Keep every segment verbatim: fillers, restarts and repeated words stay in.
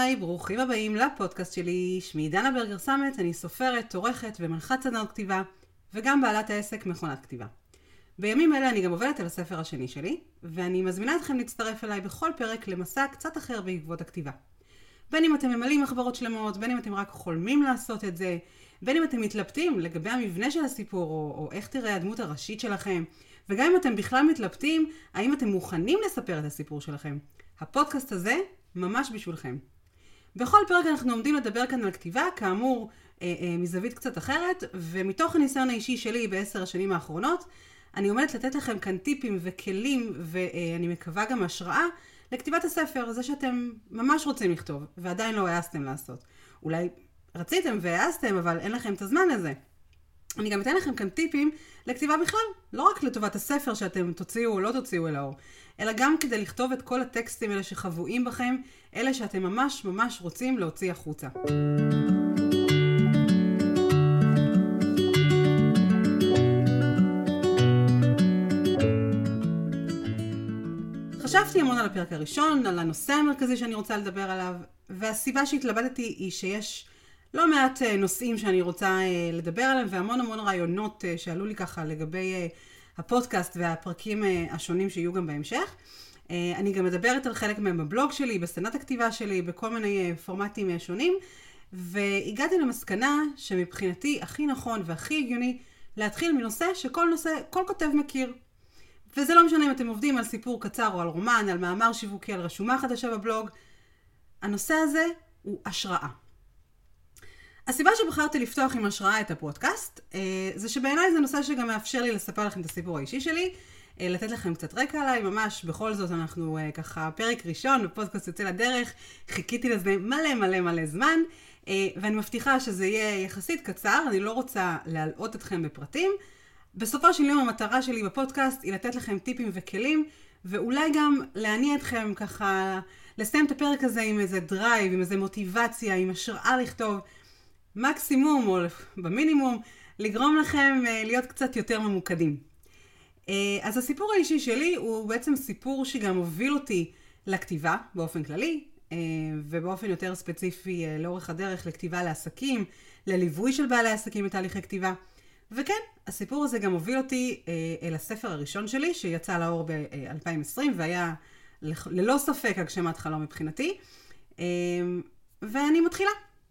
היי, ברוכים הבאים לפודקאסט שלי. שמי דנה ברגר סמט, אני סופרת, עורכת ומנחת סדנאות כתיבה, וגם בעלת העסק מכונת כתיבה. בימים אלה אני גם עובדת על הספר השני שלי, ואני מזמינה אתכם להצטרף אליי בכל פרק למסע קצת אחר בעקבות הכתיבה. בין אם אתם ממלאים מחברות שלמות, בין אם אתם רק חולמים לעשות את זה, בין אם אתם מתלבטים לגבי המבנה של הסיפור, או, או איך תראה הדמות הראשית שלכם, וגם אם אתם בכלל מתלבטים, האם אתם מוכנים לספר את הסיפור שלכם. הפודקאסט הזה ממש בשבילכם. בכל פרק אנחנו עומדים לדבר כאן על כתיבה, כאמור, אה, אה, מזווית קצת אחרת, ומתוך הניסיון האישי שלי בעשר השנים האחרונות, אני עומדת לתת לכם כאן טיפים וכלים, ואני מקווה גם השראה, לכתיבת הספר, זה שאתם ממש רוצים לכתוב, ועדיין לא העסתם לעשות. אולי רציתם והעסתם, אבל אין לכם את הזמן לזה. אני גם אתן לכם כאן טיפים לכתיבה בכלל, לא רק לטובת הספר שאתם תוציאו או לא תוציאו אל האור, אלא גם כדי לכתוב את כל הטקסטים האלה שחבואים בכם, אלה שאתם ממש ממש רוצים להוציא החוצה. חשבתי המון על הפרק הראשון, על הנושא המרכזי שאני רוצה לדבר עליו, והסיבה שהתלבטתי היא שיש לא מעט נושאים שאני רוצה לדבר עליהם, והמון המון רעיונות שעלו לי ככה לגבי הפודקאסט והפרקים השונים שיהיו גם בהמשך. אני גם מדברת על חלק מהם בבלוג שלי, בסדנת הכתיבה שלי, בכל מיני פורמטים שונים, והגעתי למסקנה שמבחינתי הכי נכון והכי הגיוני להתחיל מנושא שכל נושא, כל כותב מכיר. וזה לא משנה אם אתם עובדים על סיפור קצר או על רומן, על מאמר שיווקי, על רשומה חדשה בבלוג. הנושא הזה הוא השראה. הסיבה שבחרתי לפתוח עם השראה את הפודקאסט, זה שבעיניי זה נושא שגם מאפשר לי לספר לכם את הסיפור האישי שלי, לתת לכם קצת רקע עליי, ממש בכל זאת אנחנו ככה פרק ראשון, בפודקאסט יוצא לדרך, חיכיתי לזה מלא מלא מלא זמן, ואני מבטיחה שזה יהיה יחסית קצר, אני לא רוצה להלאות אתכם בפרטים. בסופו של יום המטרה שלי בפודקאסט היא לתת לכם טיפים וכלים, ואולי גם להניע אתכם ככה, לסיים את הפרק הזה עם איזה דרייב, עם איזה מוטיבציה, עם השראה לכתוב, מקסימום או במינימום, לגרום לכם להיות קצת יותר ממוקדים. אז הסיפור האישי שלי הוא בעצם סיפור שגם הוביל אותי לכתיבה באופן כללי, ובאופן יותר ספציפי לאורך הדרך לכתיבה לעסקים, לליווי של בעלי עסקים בתהליכי כתיבה. וכן, הסיפור הזה גם הוביל אותי אל הספר הראשון שלי, שיצא לאור ב-אלפיים ועשרים, והיה ללא ספק הגשמת חלום מבחינתי. ואני מתחילה.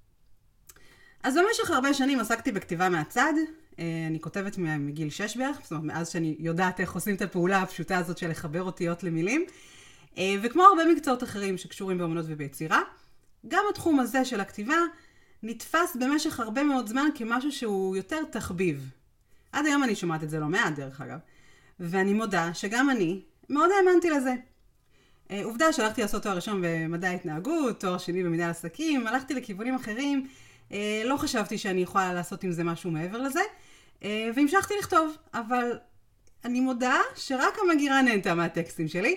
אז במשך הרבה שנים עסקתי בכתיבה מהצד, אני כותבת מגיל שש בערך, זאת אומרת, מאז שאני יודעת איך עושים את הפעולה הפשוטה הזאת של לחבר אותיות למילים, וכמו הרבה מקצועות אחרים שקשורים באמנות וביצירה, גם התחום הזה של הכתיבה נתפס במשך הרבה מאוד זמן כמשהו שהוא יותר תחביב. עד היום אני שומעת את זה לא מעט דרך אגב, ואני מודה שגם אני מאוד האמנתי לזה. עובדה שהלכתי לעשות תואר ראשון במדעי ההתנהגות, תואר שני במנהל עסקים, הלכתי לכיוונים אחרים, לא חשבתי שאני יכולה לעשות עם זה משהו מעבר לזה, והמשכתי לכתוב, אבל אני מודה שרק המגירה נהנתה מהטקסטים שלי,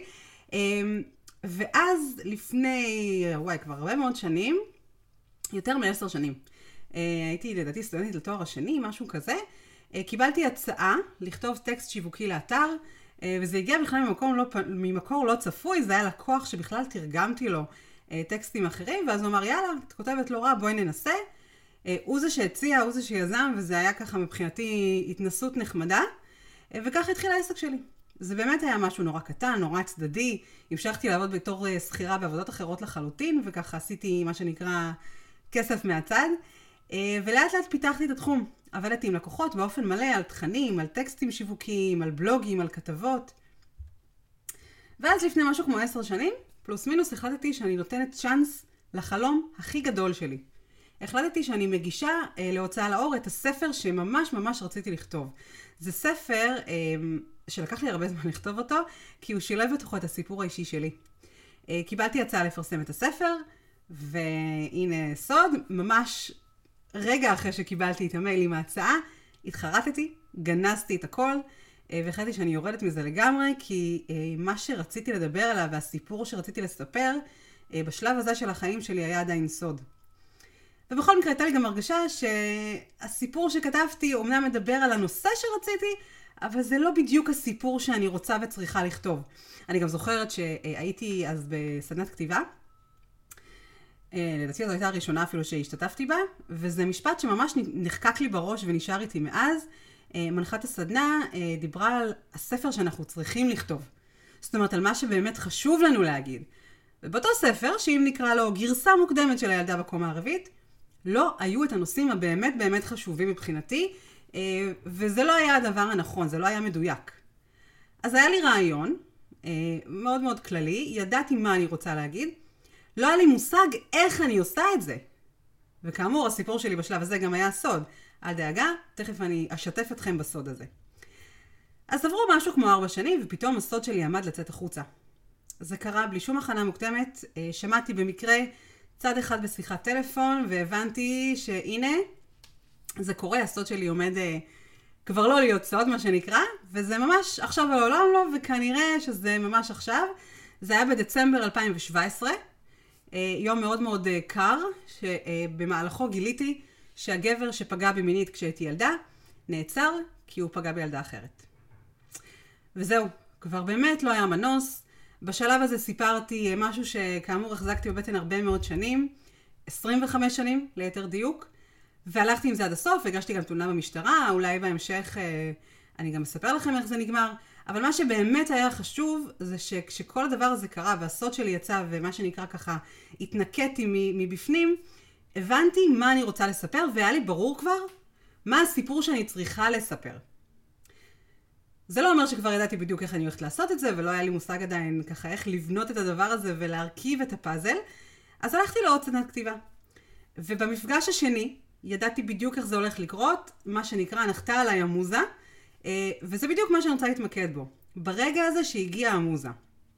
ואז לפני, וואי, כבר הרבה מאוד שנים, יותר מעשר שנים, הייתי לדעתי סטודנטית לתואר השני, משהו כזה, קיבלתי הצעה לכתוב טקסט שיווקי לאתר, וזה הגיע בכלל ממקום לא, ממקור לא צפוי, זה היה לקוח שבכלל תרגמתי לו טקסטים אחרים, ואז הוא אמר, יאללה, את כותבת לא רע, בואי ננסה. הוא זה שהציע, הוא זה שיזם, וזה היה ככה מבחינתי התנסות נחמדה, וככה התחיל העסק שלי. זה באמת היה משהו נורא קטן, נורא צדדי, המשכתי לעבוד בתור שכירה בעבודות אחרות לחלוטין, וככה עשיתי מה שנקרא כסף מהצד, ולאט לאט פיתחתי את התחום. עבדתי עם לקוחות באופן מלא על תכנים, על טקסטים שיווקיים, על בלוגים, על כתבות. ואז לפני משהו כמו עשר שנים, פלוס מינוס, החלטתי שאני נותנת צ'אנס לחלום הכי גדול שלי. החלטתי שאני מגישה אה, להוצאה לאור את הספר שממש ממש רציתי לכתוב. זה ספר אה, שלקח לי הרבה זמן לכתוב אותו, כי הוא שילב בתוכו את הסיפור האישי שלי. אה, קיבלתי הצעה לפרסם את הספר, והנה סוד, ממש רגע אחרי שקיבלתי את המייל עם ההצעה, התחרטתי, גנזתי את הכל, אה, והחלטתי שאני יורדת מזה לגמרי, כי אה, מה שרציתי לדבר עליו והסיפור שרציתי לספר, אה, בשלב הזה של החיים שלי היה עדיין סוד. ובכל מקרה הייתה לי גם הרגשה שהסיפור שכתבתי אומנם מדבר על הנושא שרציתי, אבל זה לא בדיוק הסיפור שאני רוצה וצריכה לכתוב. אני גם זוכרת שהייתי אז בסדנת כתיבה, לדעתי זו הייתה הראשונה אפילו שהשתתפתי בה, וזה משפט שממש נחקק לי בראש ונשאר איתי מאז. מנחת הסדנה דיברה על הספר שאנחנו צריכים לכתוב. זאת אומרת, על מה שבאמת חשוב לנו להגיד. ובאותו ספר, שאם נקרא לו גרסה מוקדמת של הילדה בקומה הערבית, לא היו את הנושאים הבאמת באמת חשובים מבחינתי, וזה לא היה הדבר הנכון, זה לא היה מדויק. אז היה לי רעיון, מאוד מאוד כללי, ידעתי מה אני רוצה להגיד, לא היה לי מושג איך אני עושה את זה. וכאמור, הסיפור שלי בשלב הזה גם היה סוד. אל דאגה, תכף אני אשתף אתכם בסוד הזה. אז עברו משהו כמו ארבע שנים, ופתאום הסוד שלי עמד לצאת החוצה. זה קרה בלי שום הכנה מוקדמת, שמעתי במקרה צד אחד בשיחת טלפון, והבנתי שהנה, זה קורה, הסוד שלי עומד כבר לא להיות סוד, מה שנקרא, וזה ממש עכשיו על העולם לא, וכנראה שזה ממש עכשיו. זה היה בדצמבר אלפיים שבע עשרה, יום מאוד מאוד קר, שבמהלכו גיליתי שהגבר שפגע בי מינית כשהייתי ילדה, נעצר כי הוא פגע בילדה אחרת. וזהו, כבר באמת לא היה מנוס. בשלב הזה סיפרתי משהו שכאמור החזקתי בבטן הרבה מאוד שנים, עשרים וחמש שנים ליתר דיוק, והלכתי עם זה עד הסוף, הגשתי גם תלונה במשטרה, אולי בהמשך אני גם אספר לכם איך זה נגמר, אבל מה שבאמת היה חשוב זה שכשכל הדבר הזה קרה והסוד שלי יצא ומה שנקרא ככה התנקטתי מבפנים, הבנתי מה אני רוצה לספר והיה לי ברור כבר מה הסיפור שאני צריכה לספר. זה לא אומר שכבר ידעתי בדיוק איך אני הולכת לעשות את זה, ולא היה לי מושג עדיין ככה איך לבנות את הדבר הזה ולהרכיב את הפאזל, אז הלכתי לעוד סדנת כתיבה. ובמפגש השני ידעתי בדיוק איך זה הולך לקרות, מה שנקרא נחתה עליי המוזה, וזה בדיוק מה שאני רוצה להתמקד בו, ברגע הזה שהגיעה המוזה.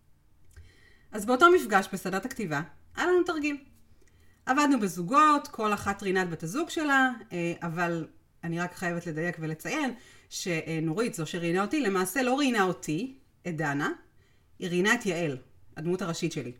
אז באותו מפגש בסדנת הכתיבה, היה לנו תרגיל. עבדנו בזוגות, כל אחת רינת בת הזוג שלה, אבל אני רק חייבת לדייק ולציין שנורית, זו שראיינה אותי, למעשה לא ראיינה אותי, את דנה, היא ראיינה את יעל, הדמות הראשית שלי.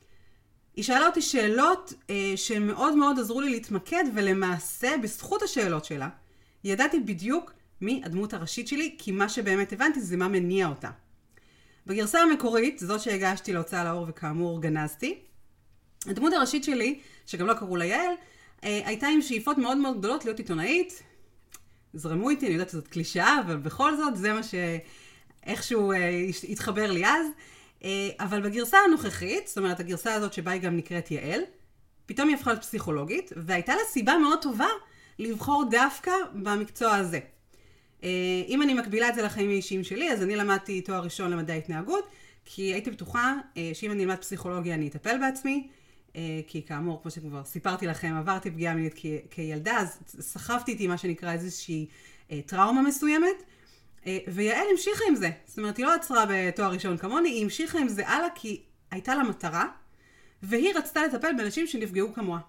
היא שאלה אותי שאלות אה, שמאוד מאוד עזרו לי להתמקד, ולמעשה בזכות השאלות שלה, ידעתי בדיוק מי הדמות הראשית שלי, כי מה שבאמת הבנתי זה מה מניע אותה. בגרסה המקורית, זאת שהגשתי להוצאה לאור וכאמור גנזתי, הדמות הראשית שלי, שגם לא קראו לה יעל, אה, הייתה עם שאיפות מאוד מאוד גדולות להיות עיתונאית. זרמו איתי, אני יודעת שזאת קלישאה, אבל בכל זאת זה מה שאיכשהו אה, התחבר לי אז. אה, אבל בגרסה הנוכחית, זאת אומרת הגרסה הזאת שבה היא גם נקראת יעל, פתאום היא הפכה להיות פסיכולוגית, והייתה לה סיבה מאוד טובה לבחור דווקא במקצוע הזה. אה, אם אני מקבילה את זה לחיים האישיים שלי, אז אני למדתי תואר ראשון למדעי התנהגות, כי הייתי בטוחה אה, שאם אני אלמד פסיכולוגיה אני אטפל בעצמי, כי כאמור, כמו שכבר סיפרתי לכם, עברתי פגיעה מינית כילדה, אז סחבתי איתי מה שנקרא איזושהי טראומה מסוימת, ויעל המשיכה עם זה. זאת אומרת, היא לא עצרה בתואר ראשון כמוני, היא המשיכה עם זה הלאה כי הייתה לה מטרה, והיא רצתה לטפל באנשים שנפגעו כמוה.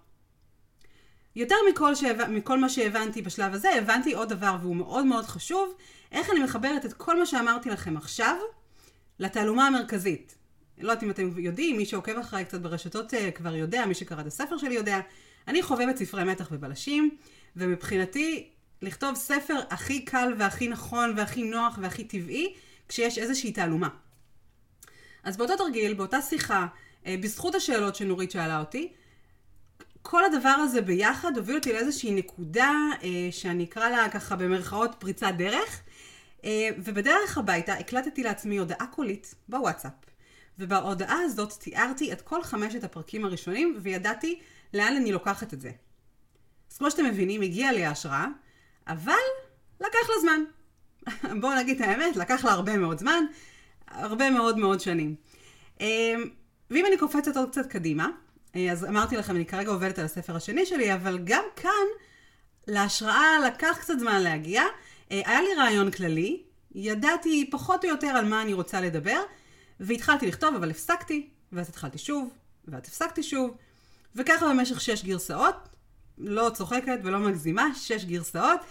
יותר מכל, שהבנ... מכל מה שהבנתי בשלב הזה, הבנתי עוד דבר, והוא מאוד מאוד חשוב, איך אני מחברת את כל מה שאמרתי לכם עכשיו, לתעלומה המרכזית. לא יודעת אם אתם יודעים, מי שעוקב אחריי קצת ברשתות כבר יודע, מי שקרא את הספר שלי יודע, אני חובבת ספרי מתח ובלשים, ומבחינתי לכתוב ספר הכי קל והכי נכון והכי נוח והכי טבעי, כשיש איזושהי תעלומה. אז באותו תרגיל, באותה שיחה, בזכות השאלות שנורית שאלה אותי, כל הדבר הזה ביחד הוביל אותי לאיזושהי נקודה שאני אקרא לה ככה במרכאות פריצת דרך, ובדרך הביתה הקלטתי לעצמי הודעה קולית בוואטסאפ. ובהודעה הזאת תיארתי את כל חמשת הפרקים הראשונים, וידעתי לאן אני לוקחת את זה. אז כמו שאתם מבינים, הגיעה לי ההשראה, אבל לקח לה זמן. בואו נגיד את האמת, לקח לה הרבה מאוד זמן, הרבה מאוד מאוד שנים. ואם אני קופצת עוד קצת קדימה, אז אמרתי לכם, אני כרגע עובדת על הספר השני שלי, אבל גם כאן, להשראה לקח קצת זמן להגיע. היה לי רעיון כללי, ידעתי פחות או יותר על מה אני רוצה לדבר, והתחלתי לכתוב, אבל הפסקתי, ואז התחלתי שוב, ואז הפסקתי שוב, וככה במשך שש גרסאות, לא צוחקת ולא מגזימה, שש גרסאות,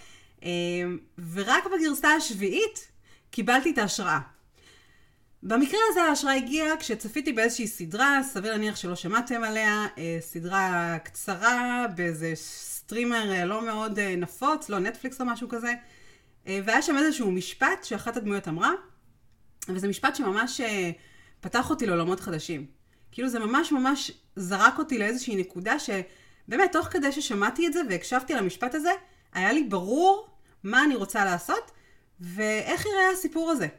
ורק בגרסה השביעית קיבלתי את ההשראה. במקרה הזה ההשראה הגיעה כשצפיתי באיזושהי סדרה, סביר להניח שלא שמעתם עליה, סדרה קצרה, באיזה סטרימר לא מאוד נפוץ, לא נטפליקס או משהו כזה, והיה שם איזשהו משפט שאחת הדמויות אמרה, וזה משפט שממש פתח אותי לעולמות חדשים. כאילו זה ממש ממש זרק אותי לאיזושהי נקודה שבאמת תוך כדי ששמעתי את זה והקשבתי על המשפט הזה, היה לי ברור מה אני רוצה לעשות ואיך יראה הסיפור הזה.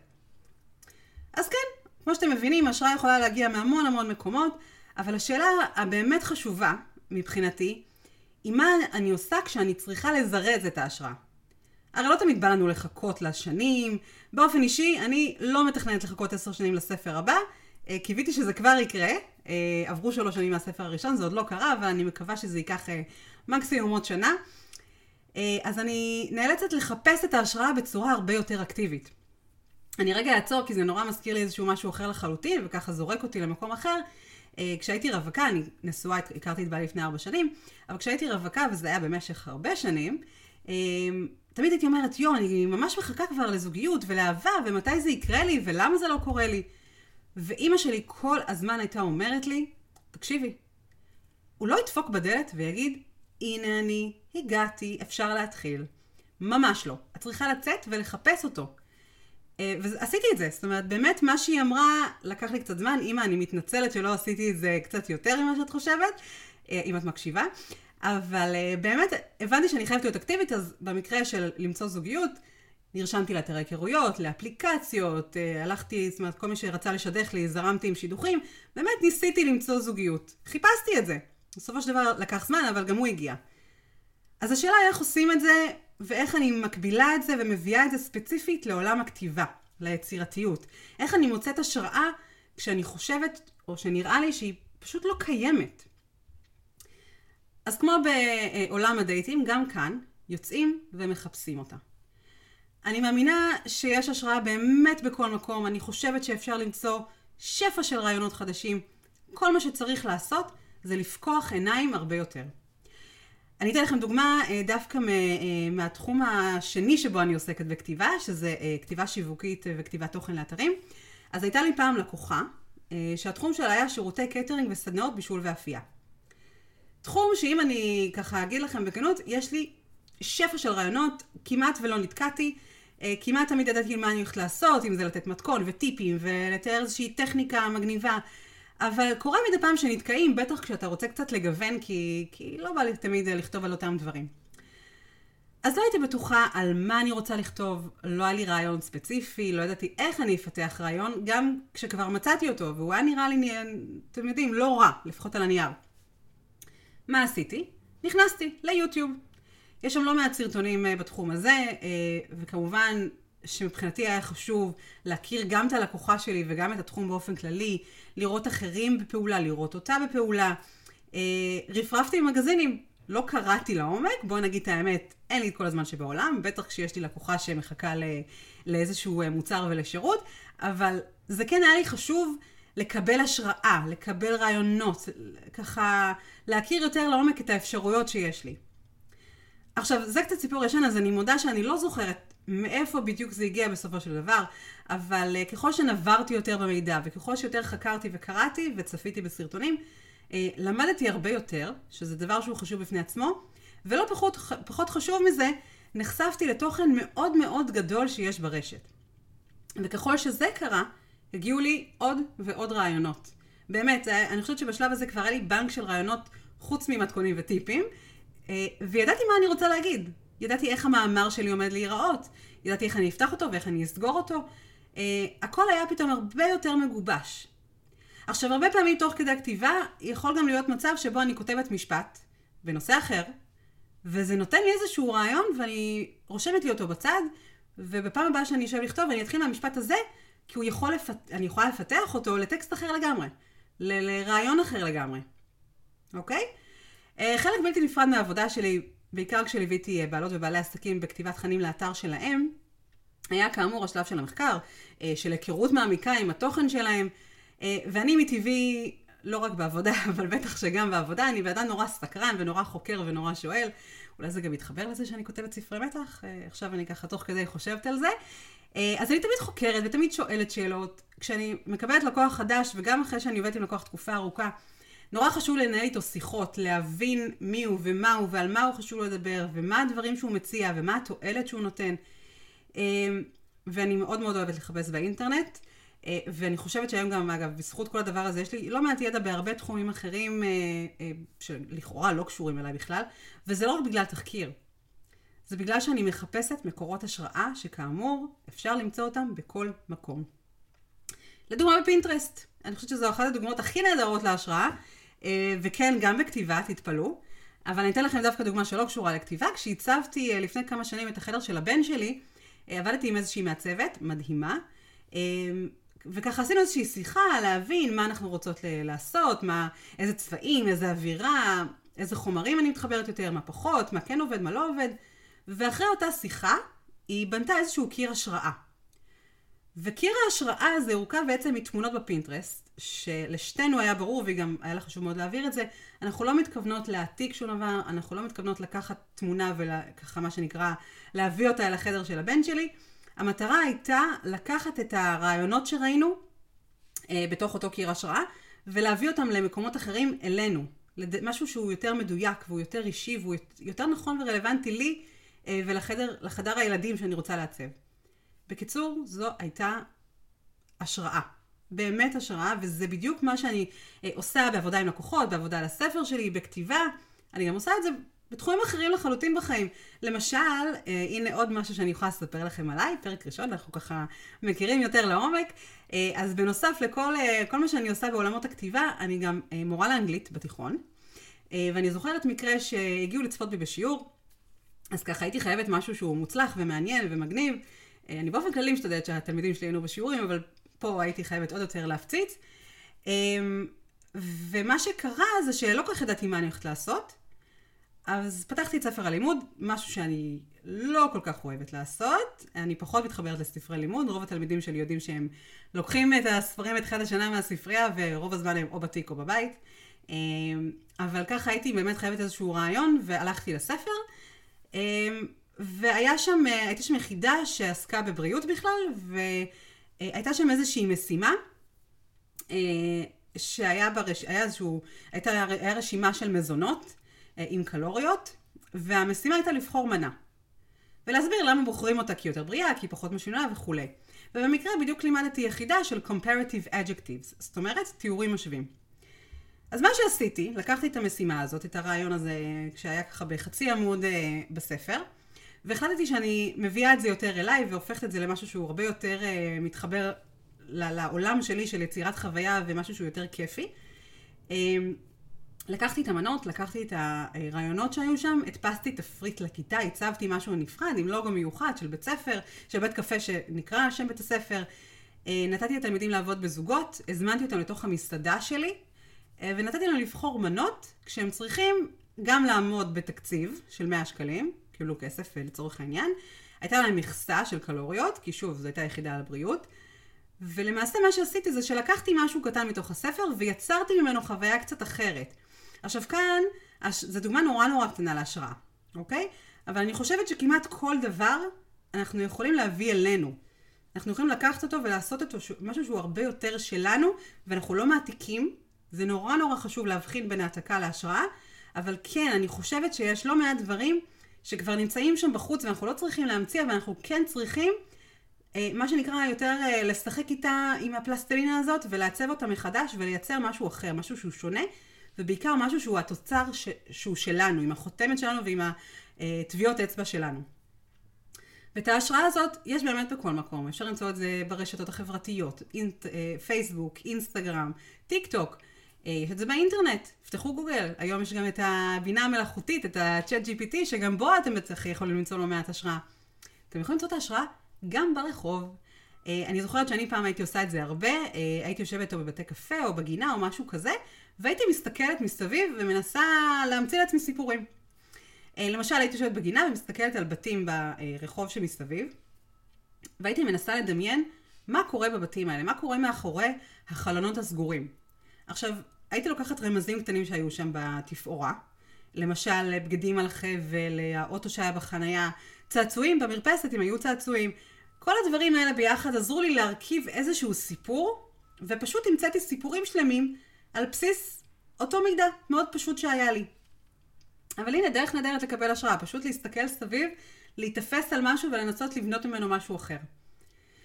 אז כן, כמו שאתם מבינים, השראה יכולה להגיע מהמון המון מקומות, אבל השאלה הבאמת חשובה מבחינתי, היא מה אני עושה כשאני צריכה לזרז את ההשראה. הרי לא תמיד בא לנו לחכות לשנים. באופן אישי, אני לא מתכננת לחכות עשר שנים לספר הבא. קיוויתי שזה כבר יקרה. עברו שלוש שנים מהספר הראשון, זה עוד לא קרה, אבל אני מקווה שזה ייקח מקסימום עוד שנה. אז אני נאלצת לחפש את ההשראה בצורה הרבה יותר אקטיבית. אני רגע אעצור, כי זה נורא מזכיר לי איזשהו משהו אחר לחלוטין, וככה זורק אותי למקום אחר. כשהייתי רווקה, אני נשואה, הכרתי את בעלי לפני ארבע שנים, אבל כשהייתי רווקה, וזה היה במשך הרבה שנים, תמיד הייתי אומרת, יו, אני ממש מחכה כבר לזוגיות ולאהבה, ומתי זה יקרה לי, ולמה זה לא קורה לי. ואימא שלי כל הזמן הייתה אומרת לי, תקשיבי, הוא לא ידפוק בדלת ויגיד, הנה אני, הגעתי, אפשר להתחיל. ממש לא. את צריכה לצאת ולחפש אותו. ועשיתי את זה. זאת אומרת, באמת מה שהיא אמרה, לקח לי קצת זמן. אמא, אני מתנצלת שלא עשיתי את זה קצת יותר ממה שאת חושבת, אם את מקשיבה. אבל באמת הבנתי שאני חייבת להיות אקטיבית, אז במקרה של למצוא זוגיות, נרשמתי לאתרי היכרויות, לאפליקציות, הלכתי, זאת אומרת, כל מי שרצה לשדך לי, זרמתי עם שידוכים, באמת ניסיתי למצוא זוגיות. חיפשתי את זה. בסופו של דבר לקח זמן, אבל גם הוא הגיע. אז השאלה היא איך עושים את זה, ואיך אני מקבילה את זה ומביאה את זה ספציפית לעולם הכתיבה, ליצירתיות. איך אני מוצאת השראה כשאני חושבת, או שנראה לי שהיא פשוט לא קיימת. אז כמו בעולם הדייטים, גם כאן יוצאים ומחפשים אותה. אני מאמינה שיש השראה באמת בכל מקום. אני חושבת שאפשר למצוא שפע של רעיונות חדשים. כל מה שצריך לעשות זה לפקוח עיניים הרבה יותר. אני אתן לכם דוגמה דווקא מהתחום השני שבו אני עוסקת בכתיבה, שזה כתיבה שיווקית וכתיבת תוכן לאתרים. אז הייתה לי פעם לקוחה, שהתחום שלה היה שירותי קייטרינג וסדנאות בישול ואפייה. תחום שאם אני ככה אגיד לכם בכנות, יש לי שפע של רעיונות, כמעט ולא נתקעתי, כמעט תמיד ידעתי מה אני הולכת לעשות, אם זה לתת מתכון וטיפים ולתאר איזושהי טכניקה מגניבה. אבל קורה מדי פעם שנתקעים, בטח כשאתה רוצה קצת לגוון, כי, כי לא בא לי תמיד לכתוב על אותם דברים. אז לא הייתי בטוחה על מה אני רוצה לכתוב, לא היה לי רעיון ספציפי, לא ידעתי איך אני אפתח רעיון, גם כשכבר מצאתי אותו, והוא היה נראה לי, אתם יודעים, לא רע, לפחות על הנייר. מה עשיתי? נכנסתי ליוטיוב. יש שם לא מעט סרטונים בתחום הזה, וכמובן שמבחינתי היה חשוב להכיר גם את הלקוחה שלי וגם את התחום באופן כללי, לראות אחרים בפעולה, לראות אותה בפעולה. רפרפתי עם מגזינים, לא קראתי לעומק, בואו נגיד את האמת, אין לי את כל הזמן שבעולם, בטח כשיש לי לקוחה שמחכה לאיזשהו מוצר ולשירות, אבל זה כן היה לי חשוב לקבל השראה, לקבל רעיונות, ככה להכיר יותר לעומק את האפשרויות שיש לי. עכשיו, זה קצת סיפור ישן, אז אני מודה שאני לא זוכרת מאיפה בדיוק זה הגיע בסופו של דבר, אבל uh, ככל שנברתי יותר במידע, וככל שיותר חקרתי וקראתי וצפיתי בסרטונים, uh, למדתי הרבה יותר, שזה דבר שהוא חשוב בפני עצמו, ולא פחות, פחות חשוב מזה, נחשפתי לתוכן מאוד מאוד גדול שיש ברשת. וככל שזה קרה, הגיעו לי עוד ועוד רעיונות. באמת, אני חושבת שבשלב הזה כבר היה לי בנק של רעיונות חוץ ממתכונים וטיפים, וידעתי מה אני רוצה להגיד. ידעתי איך המאמר שלי עומד להיראות, ידעתי איך אני אפתח אותו ואיך אני אסגור אותו. הכל היה פתאום הרבה יותר מגובש. עכשיו, הרבה פעמים תוך כדי הכתיבה, יכול גם להיות מצב שבו אני כותבת משפט בנושא אחר, וזה נותן לי איזשהו רעיון ואני רושמת לי אותו בצד, ובפעם הבאה שאני אשב לכתוב ואני אתחיל מהמשפט הזה, כי הוא יכול לפת... אני יכולה לפתח אותו לטקסט אחר לגמרי, ל... לרעיון אחר לגמרי. אוקיי? חלק בלתי נפרד מהעבודה שלי, בעיקר כשליוויתי בעלות ובעלי עסקים בכתיבת תכנים לאתר שלהם, היה כאמור השלב של המחקר, של היכרות מעמיקה עם התוכן שלהם, ואני מטבעי, לא רק בעבודה, אבל בטח שגם בעבודה, אני באדם נורא סקרן ונורא חוקר ונורא שואל. אולי זה גם מתחבר לזה שאני כותבת ספרי מתח, עכשיו אני ככה תוך כדי חושבת על זה. אז אני תמיד חוקרת ותמיד שואלת שאלות. כשאני מקבלת לקוח חדש, וגם אחרי שאני עובדת עם לקוח תקופה ארוכה, נורא חשוב לנהל איתו שיחות, להבין מי הוא ומה הוא ועל מה הוא חשוב לו לדבר, ומה הדברים שהוא מציע ומה התועלת שהוא נותן. ואני מאוד מאוד אוהבת לחפש באינטרנט. ואני חושבת שהיום גם, אגב, בזכות כל הדבר הזה, יש לי לא מעט ידע בהרבה תחומים אחרים, שלכאורה לא קשורים אליי בכלל, וזה לא רק בגלל תחקיר. זה בגלל שאני מחפשת מקורות השראה, שכאמור, אפשר למצוא אותם בכל מקום. לדוגמה בפינטרסט. אני חושבת שזו אחת הדוגמאות הכי נהדרות להשראה, וכן, גם בכתיבה, תתפלאו. אבל אני אתן לכם דווקא דוגמה שלא קשורה לכתיבה. כשהצבתי לפני כמה שנים את החדר של הבן שלי, עבדתי עם איזושהי מעצבת, מדהימה, וככה עשינו איזושהי שיחה להבין מה אנחנו רוצות לעשות, מה, איזה צבעים, איזה אווירה, איזה חומרים אני מתחברת יותר, מה פחות, מה כן עובד, מה לא עובד. ואחרי אותה שיחה, היא בנתה איזשהו קיר השראה. וקיר ההשראה הזה הורכב בעצם מתמונות בפינטרסט, שלשתינו היה ברור, וגם היה לה חשוב מאוד להעביר את זה, אנחנו לא מתכוונות להעתיק שום דבר, אנחנו לא מתכוונות לקחת תמונה וככה מה שנקרא, להביא אותה אל החדר של הבן שלי. המטרה הייתה לקחת את הרעיונות שראינו אה, בתוך אותו קיר השראה, ולהביא אותם למקומות אחרים אלינו. לד... משהו שהוא יותר מדויק, והוא יותר אישי, והוא יותר נכון ורלוונטי לי, אה, ולחדר לחדר הילדים שאני רוצה לעצב. בקיצור, זו הייתה השראה. באמת השראה, וזה בדיוק מה שאני אה, עושה בעבודה עם לקוחות, בעבודה על הספר שלי, בכתיבה. אני גם עושה את זה בתחומים אחרים לחלוטין בחיים. למשל, אה, הנה עוד משהו שאני יכולה לספר לכם עליי, פרק ראשון, אנחנו ככה מכירים יותר לעומק. אה, אז בנוסף לכל אה, כל מה שאני עושה בעולמות הכתיבה, אני גם אה, מורה לאנגלית בתיכון. אה, ואני זוכרת מקרה שהגיעו לצפות בי בשיעור, אז ככה הייתי חייבת משהו שהוא מוצלח ומעניין ומגניב. אה, אני באופן כללי משתדלת שהתלמידים שלי היינו בשיעורים, אבל פה הייתי חייבת עוד יותר להפציץ. אה, ומה שקרה זה שלא כל כך ידעתי מה אני הולכת לעשות, אז פתחתי את ספר הלימוד, משהו שאני לא כל כך אוהבת לעשות. אני פחות מתחברת לספרי לימוד, רוב התלמידים שלי יודעים שהם לוקחים את הספרים את חד השנה מהספרייה, ורוב הזמן הם או בתיק או בבית. אבל ככה הייתי באמת חייבת איזשהו רעיון, והלכתי לספר. והיה שם, הייתה שם יחידה שעסקה בבריאות בכלל, והייתה שם איזושהי משימה, שהיה ברש... היה איזשהו, הייתה, היה רשימה של מזונות, עם קלוריות, והמשימה הייתה לבחור מנה. ולהסביר למה בוחרים אותה כי יותר בריאה, כי פחות משונה וכו'. ובמקרה בדיוק לימדתי יחידה של comparative adjectives, זאת אומרת, תיאורים משווים. אז מה שעשיתי, לקחתי את המשימה הזאת, את הרעיון הזה, כשהיה ככה בחצי עמוד אה, בספר, והחלטתי שאני מביאה את זה יותר אליי, והופכת את זה למשהו שהוא הרבה יותר אה, מתחבר לעולם שלי של יצירת חוויה, ומשהו שהוא יותר כיפי. אה, לקחתי את המנות, לקחתי את הרעיונות שהיו שם, הדפסתי תפריט לכיתה, הצבתי משהו נפרד עם לוגו מיוחד של בית ספר, של בית קפה שנקרא שם בית הספר. נתתי לתלמידים לעבוד בזוגות, הזמנתי אותם לתוך המסעדה שלי, ונתתי להם לבחור מנות, כשהם צריכים גם לעמוד בתקציב של מאה שקלים, קיבלו כסף לצורך העניין. הייתה להם מכסה של קלוריות, כי שוב, זו הייתה יחידה על הבריאות. ולמעשה מה שעשיתי זה שלקחתי משהו קטן מתוך הספר, ויצרתי ממנו חוויה קצת אחרת. עכשיו כאן, זו דוגמה נורא נורא קטנה להשראה, אוקיי? אבל אני חושבת שכמעט כל דבר אנחנו יכולים להביא אלינו. אנחנו יכולים לקחת אותו ולעשות אותו משהו שהוא הרבה יותר שלנו, ואנחנו לא מעתיקים. זה נורא נורא חשוב להבחין בין העתקה להשראה, אבל כן, אני חושבת שיש לא מעט דברים שכבר נמצאים שם בחוץ, ואנחנו לא צריכים להמציא, אבל אנחנו כן צריכים, מה שנקרא יותר לשחק איתה עם הפלסטלינה הזאת, ולעצב אותה מחדש ולייצר משהו אחר, משהו שהוא שונה, ובעיקר משהו שהוא התוצר ש... שהוא שלנו, עם החותמת שלנו ועם הטביעות אצבע שלנו. ואת ההשראה הזאת יש באמת בכל מקום. אפשר למצוא את זה ברשתות החברתיות, אינט... פייסבוק, אינסטגרם, טיק טוק. יש את זה באינטרנט, פתחו גוגל. היום יש גם את הבינה המלאכותית, את ה-צ'אט ג'י פי טי, שגם בו אתם בטח יכולים למצוא לא מעט השראה. אתם יכולים למצוא את ההשראה גם ברחוב. אני זוכרת שאני פעם הייתי עושה את זה הרבה, הייתי יושבת או בבתי קפה או בגינה או משהו כזה, והייתי מסתכלת מסביב ומנסה להמציא לעצמי סיפורים. למשל, הייתי יושבת בגינה ומסתכלת על בתים ברחוב שמסביב, והייתי מנסה לדמיין מה קורה בבתים האלה, מה קורה מאחורי החלונות הסגורים. עכשיו, הייתי לוקחת רמזים קטנים שהיו שם בתפאורה, למשל, בגדים על חבל, האוטו שהיה בחנייה, צעצועים במרפסת, אם היו צעצועים. כל הדברים האלה ביחד עזרו לי להרכיב איזשהו סיפור, ופשוט המצאתי סיפורים שלמים על בסיס אותו מידע, מאוד פשוט שהיה לי. אבל הנה, דרך נהדרת לקבל השראה, פשוט להסתכל סביב, להתאפס על משהו ולנסות לבנות ממנו משהו אחר.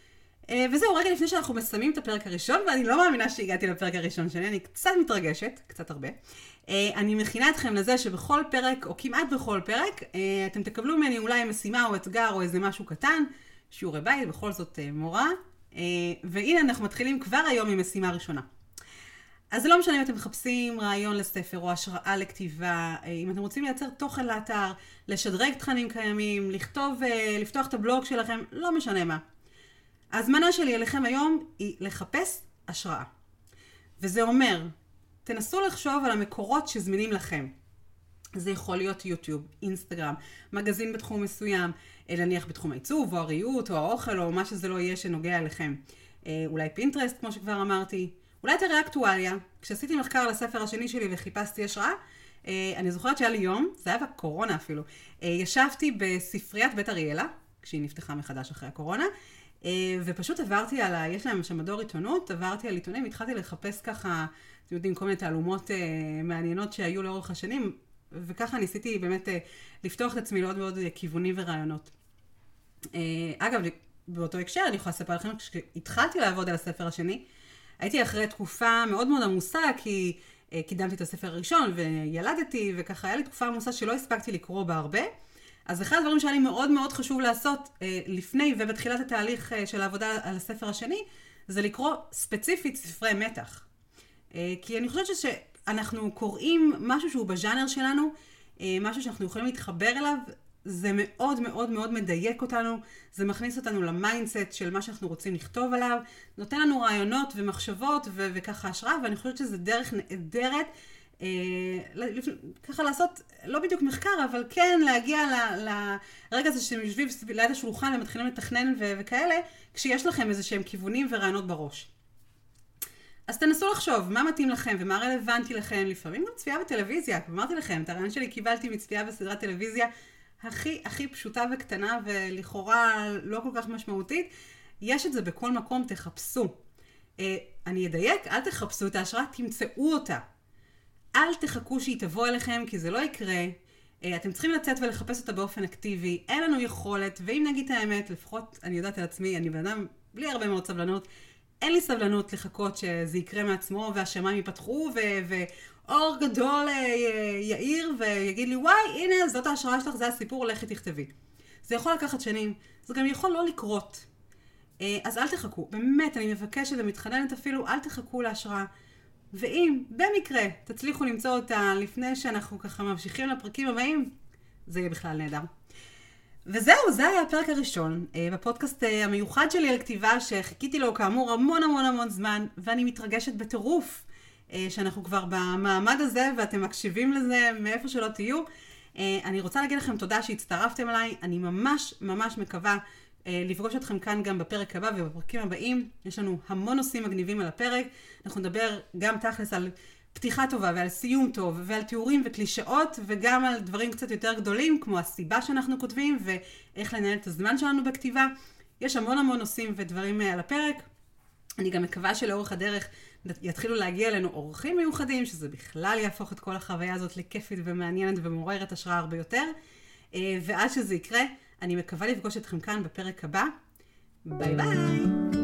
וזהו, רגע לפני שאנחנו מסיימים את הפרק הראשון, ואני לא מאמינה שהגעתי לפרק הראשון שלי, אני קצת מתרגשת, קצת הרבה. אני מכינה אתכם לזה שבכל פרק, או כמעט בכל פרק, אתם תקבלו ממני אולי משימה או אתגר או איזה משהו קטן, שיעורי בית, בכל זאת מורה. והנה אנחנו מתחילים כבר היום עם משימה ראשונה. אז זה לא משנה אם אתם מחפשים רעיון לספר או השראה לכתיבה, אם אתם רוצים לייצר תוכן לאתר, לשדרג תכנים קיימים, לכתוב, לפתוח את הבלוג שלכם, לא משנה מה. ההזמנה שלי אליכם היום היא לחפש השראה. וזה אומר, תנסו לחשוב על המקורות שזמינים לכם. זה יכול להיות יוטיוב, אינסטגרם, מגזין בתחום מסוים, נניח בתחום העיצוב או הריהוט או האוכל או מה שזה לא יהיה שנוגע אליכם. אולי פינטרסט כמו שכבר אמרתי. אולי תראה אקטואליה. כשעשיתי מחקר לספר השני שלי וחיפשתי השראה, אני זוכרת שהיה לי יום, זה היה בקורונה אפילו, ישבתי בספריית בית אריאלה, כשהיא נפתחה מחדש אחרי הקורונה, ופשוט עברתי על ה... יש להם שם מדור עיתונות, עברתי על עיתונים, התחלתי לחפש ככה, אתם יודעים, כל מיני תעלומות מעניינות שהיו לאורך השנים, וככה ניסיתי באמת לפתוח את עצמי לעוד ועוד כיוונים ורעיונות. אגב, באותו הקשר אני יכולה לספר לכם, כשהתחלתי לעבוד על הספר השני, הייתי אחרי תקופה מאוד מאוד עמוסה, כי קידמתי את הספר הראשון וילדתי, וככה היה לי תקופה עמוסה שלא הספקתי לקרוא בה הרבה. אז אחד הדברים שהיה לי מאוד מאוד חשוב לעשות לפני ובתחילת התהליך של העבודה על הספר השני, זה לקרוא ספציפית ספרי מתח. כי אני חושבת שאנחנו קוראים משהו שהוא בז'אנר שלנו, משהו שאנחנו יכולים להתחבר אליו, זה מאוד מאוד מאוד מדייק אותנו, זה מכניס אותנו למיינדסט של מה שאנחנו רוצים לכתוב עליו, נותן לנו רעיונות ומחשבות ו- וככה השראה, ואני חושבת שזה דרך נהדרת, אה, ככה לעשות, לא בדיוק מחקר, אבל כן להגיע ל- לרגע הזה שאתם יושבים ליד השולחן ומתחילים לתכנן ו- וכאלה, כשיש לכם איזה שהם כיוונים ורעיונות בראש. אז תנסו לחשוב מה מתאים לכם ומה רלוונטי לכם, לפעמים גם צפייה בטלוויזיה, אמרתי לכם, את הרעיון שלי קיבלתי מצפייה בסדרת טלוויזיה, הכי, הכי פשוטה וקטנה ולכאורה לא כל כך משמעותית. יש את זה בכל מקום, תחפשו. אה, אני אדייק, אל תחפשו את ההשראה, תמצאו אותה. אל תחכו שהיא תבוא אליכם, כי זה לא יקרה. אה, אתם צריכים לצאת ולחפש אותה באופן אקטיבי. אין לנו יכולת, ואם נגיד את האמת, לפחות אני יודעת על עצמי, אני בן אדם בלי הרבה מאוד סבלנות, אין לי סבלנות לחכות שזה יקרה מעצמו והשמיים ייפתחו ו- ואור גדול יאיר ויגיד לי, וואי, הנה, זאת ההשראה שלך, זה הסיפור, לכי תכתבי. זה יכול לקחת שנים, זה גם יכול לא לקרות. אז אל תחכו, באמת, אני מבקשת ומתחננת אפילו, אל תחכו להשראה. ואם במקרה תצליחו למצוא אותה לפני שאנחנו ככה ממשיכים לפרקים הבאים, זה יהיה בכלל נהדר. וזהו, זה היה הפרק הראשון בפודקאסט המיוחד שלי על כתיבה שחיכיתי לו כאמור המון המון המון זמן, ואני מתרגשת בטירוף שאנחנו כבר במעמד הזה ואתם מקשיבים לזה מאיפה שלא תהיו. אני רוצה להגיד לכם תודה שהצטרפתם אליי, אני ממש ממש מקווה לפגוש אתכם כאן גם בפרק הבא ובפרקים הבאים. יש לנו המון נושאים מגניבים על הפרק, אנחנו נדבר גם תכלס על פתיחה טובה ועל סיום טוב ועל תיאורים וקלישאות וגם על דברים קצת יותר גדולים כמו הסיבה שאנחנו כותבים ואיך לנהל את הזמן שלנו בכתיבה. יש המון המון נושאים ודברים על הפרק. אני גם מקווה שלאורך הדרך יתחילו להגיע אלינו אורחים מיוחדים, שזה בכלל יהפוך את כל החוויה הזאת לכיפית ומעניינת ומעוררת השראה הרבה יותר. ועד שזה יקרה, אני מקווה לפגוש אתכם כאן בפרק הבא. ביי ביי!